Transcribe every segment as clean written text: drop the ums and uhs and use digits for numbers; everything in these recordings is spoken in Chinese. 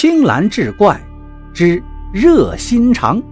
青蓝志怪之热心肠。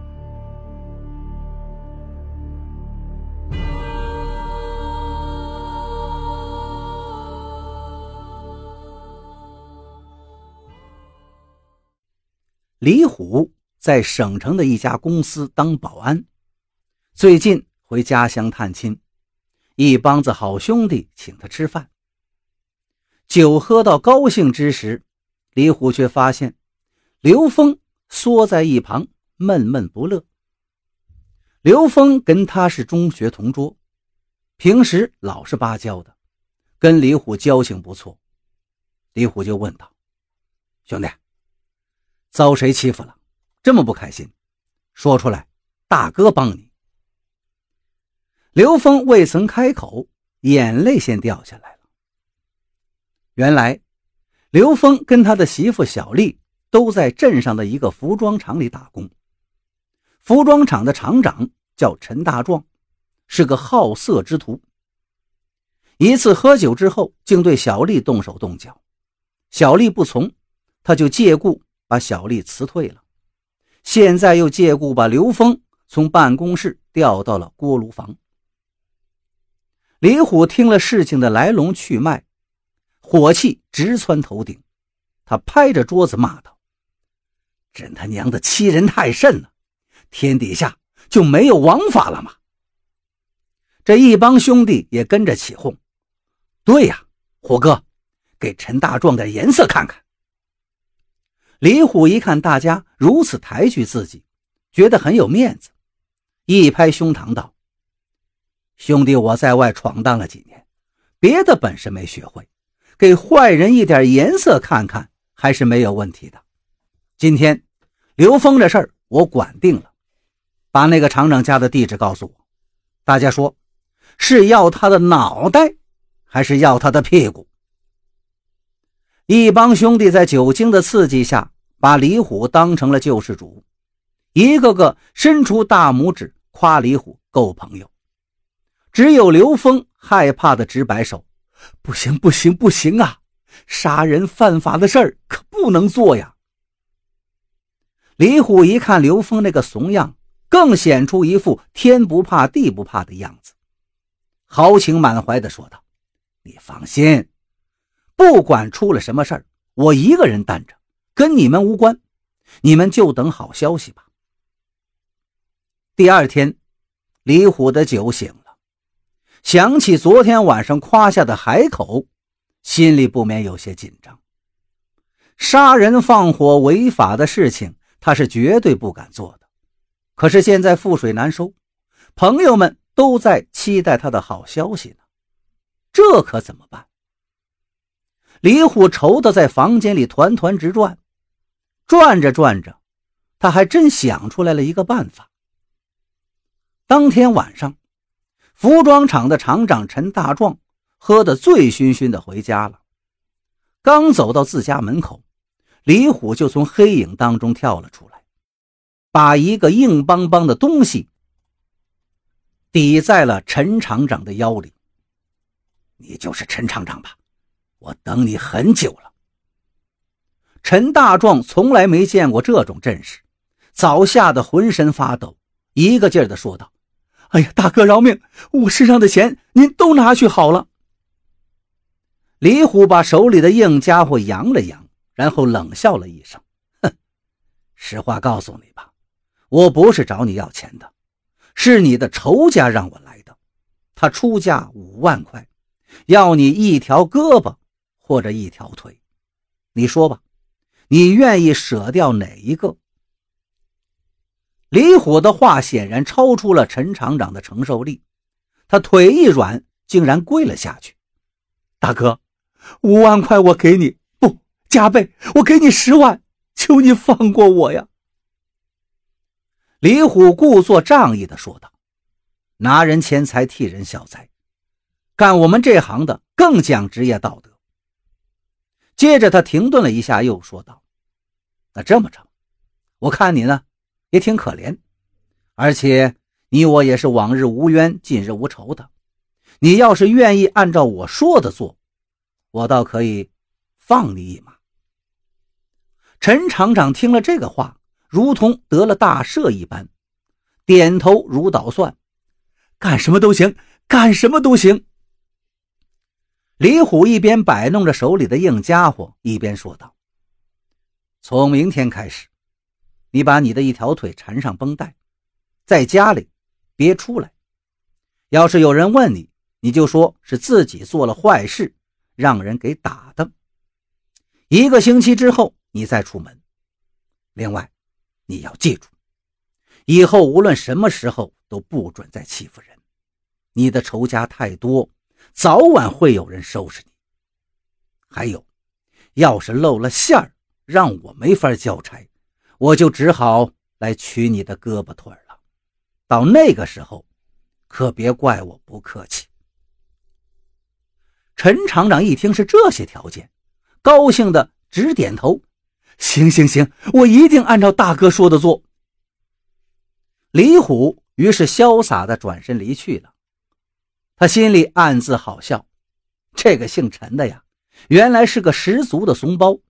李虎在省城的一家公司当保安，最近回家乡探亲，一帮子好兄弟请他吃饭。酒喝到高兴之时，李虎却发现刘峰缩在一旁闷闷不乐。刘峰跟他是中学同桌，平时老实巴交的，跟李虎交情不错。李虎就问道：兄弟，遭谁欺负了？这么不开心，说出来，大哥帮你。刘峰未曾开口，眼泪先掉下来了。原来刘峰跟他的媳妇小丽都在镇上的一个服装厂里打工。服装厂的厂长叫陈大壮，是个好色之徒。一次喝酒之后，竟对小丽动手动脚，小丽不从，他就借故把小丽辞退了，现在又借故把刘峰从办公室调到了锅炉房。李虎听了事情的来龙去脉，火气直窜头顶，他拍着桌子骂道：真他娘的欺人太甚了，天底下就没有王法了吗？这一帮兄弟也跟着起哄：对呀，虎哥，给陈大壮点颜色看看。李虎一看大家如此抬举自己，觉得很有面子，一拍胸膛道：兄弟，我在外闯荡了几年，别的本事没学会，给坏人一点颜色看看还是没有问题的。今天刘峰这事儿我管定了，把那个厂长家的地址告诉我，大家说是要他的脑袋还是要他的屁股？一帮兄弟在酒精的刺激下，把李虎当成了救世主，一个个伸出大拇指夸李虎够朋友。只有刘峰害怕的直摆手：不行不行不行啊，杀人犯法的事儿可不能做呀。李虎一看刘峰那个怂样，更显出一副天不怕地不怕的样子，豪情满怀地说道：你放心，不管出了什么事儿，我一个人担着，跟你们无关，你们就等好消息吧。第二天，李虎的酒醒了，想起昨天晚上夸下的海口，心里不免有些紧张。杀人放火违法的事情他是绝对不敢做的，可是现在覆水难收，朋友们都在期待他的好消息呢，这可怎么办？李虎愁得在房间里团团直转，转着转着，他还真想出来了一个办法。当天晚上，服装厂的厂长陈大壮喝得醉醺醺的回家了。刚走到自家门口，李虎就从黑影当中跳了出来，把一个硬邦邦的东西抵在了陈厂长的腰里。你就是陈厂长吧？我等你很久了。陈大壮从来没见过这种阵势，早吓得浑身发抖，一个劲儿地说道：哎呀，大哥饶命，我身上的钱您都拿去好了。李虎把手里的硬家伙扬了扬，然后冷笑了一声：哼，实话告诉你吧，我不是找你要钱的，是你的仇家让我来的，他出价5万块，要你一条胳膊或者一条腿，你说吧，你愿意舍掉哪一个？李虎的话显然超出了陈厂长的承受力，他腿一软，竟然跪了下去：大哥，5万块我给你，不，加倍，我给你10万，求你放过我呀。李虎故作仗义地说道：拿人钱财替人消灾，干我们这行的更讲职业道德。接着他停顿了一下，又说道：那这么着，我看你呢也挺可怜，而且你我也是往日无冤近日无仇的，你要是愿意按照我说的做，我倒可以放你一马。 陈厂长听了这个话，如同得了大赦一般，点头如捣蒜，干什么都行，干什么都行。李虎一边摆弄着手里的硬家伙，一边说道：从明天开始，你把你的一条腿缠上绷带，在家里别出来，要是有人问你，你就说是自己做了坏事，让人给打的。1个星期之后你再出门。另外，你要记住，以后无论什么时候都不准再欺负人，你的仇家太多，早晚会有人收拾你。还有，要是露了馅儿，让我没法交差，我就只好来取你的胳膊腿了。到那个时候，可别怪我不客气。陈厂长一听是这些条件，高兴的直点头，行行行，我一定按照大哥说的做。李虎于是潇洒的转身离去了。他心里暗自好笑，这个姓陈的呀，原来是个十足的怂包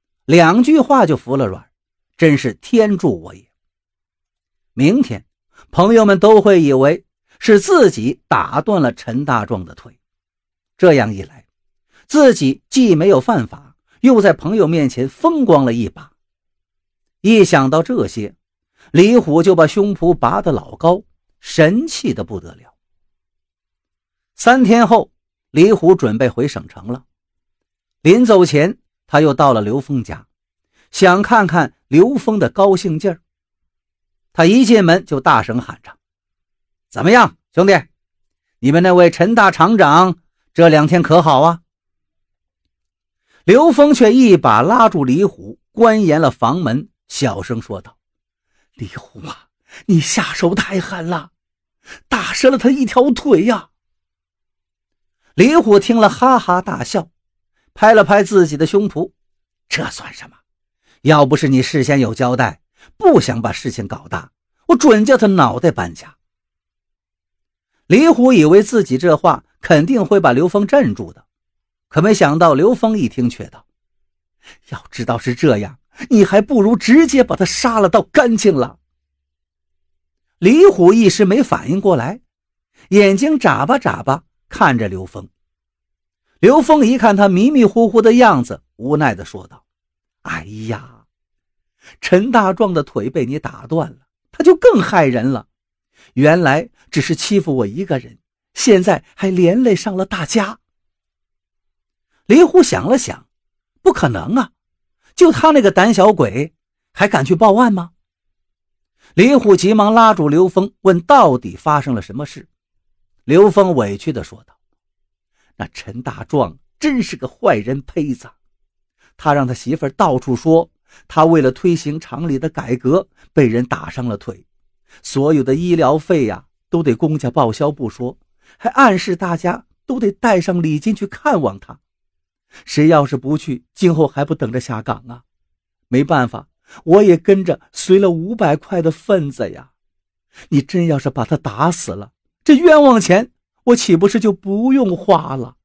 ，2句话就服了软，真是天助我也。明天朋友们都会以为是自己打断了陈大壮的腿，这样一来，自己既没有犯法，又在朋友面前风光了一把。一想到这些，李虎就把胸脯拔得老高，神气得不得了。3天后，李虎准备回省城了。临走前，他又到了刘峰家，想看看刘峰的高兴劲儿。他一进门就大声喊着：怎么样，兄弟，你们那位陈大厂长这2天可好啊？刘峰却一把拉住李虎，关严了房门，小声说道：李虎啊，你下手太狠了，打折了他一条腿呀。李虎听了哈哈大笑，拍了拍自己的胸脯，这算什么？要不是你事先有交代，不想把事情搞大，我准叫他脑袋搬家。李虎以为自己这话肯定会把刘峰镇住的，可没想到刘峰一听却道：要知道是这样，你还不如直接把他杀了倒干净了。李虎一时没反应过来，眼睛眨巴眨巴看着刘峰。刘峰一看他迷迷糊糊的样子，无奈地说道：哎呀，陈大壮的腿被你打断了，他就更害人了。原来只是欺负我一个人，现在还连累上了大家。李虎想了想，不可能啊，就他那个胆小鬼，还敢去报案吗？李虎急忙拉住刘峰，问到底发生了什么事。刘峰委屈地说道：那陈大壮真是个坏人胚子，他让他媳妇儿到处说他为了推行厂里的改革被人打伤了腿，所有的医疗费呀都得公家报销不说，还暗示大家都得带上礼金去看望他。谁要是不去，今后还不等着下岗啊？没办法，我也跟着随了500块的份子呀。你真要是把他打死了，这冤枉钱我岂不是就不用花了？